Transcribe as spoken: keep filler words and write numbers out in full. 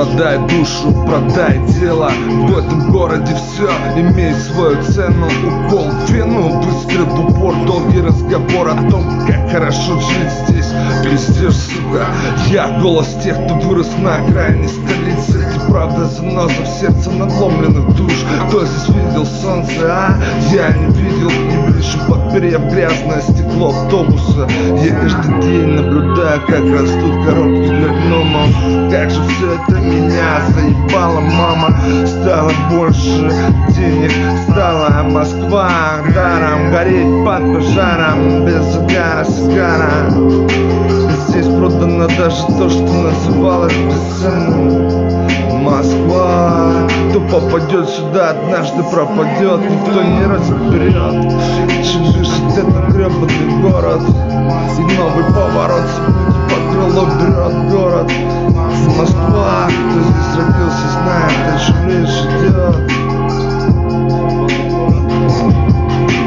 Продай душу, продай тело. В этом городе все имеет свою цену. Укол в вену, выстрел в упор. Долгий разговор о том, как хорошо жить здесь. Пиздешь, сука. Я голос тех, кто вырос на окраине столицы. И правда заноза в сердце надломленных душ. Кто здесь видел солнце, а? Я не видел, не вижу, подперев грязное стекло автобуса. Я каждый день наблюдаю, как растут коробки для гномов. Как же все это меня заебало, мама. Стало больше денег, стала Москва даром гореть под пожаром, без загара сигара. Здесь продано даже то, что называлось бесценным. Москва, кто попадет сюда, однажды пропадет. Никто не разберет, чем дышит это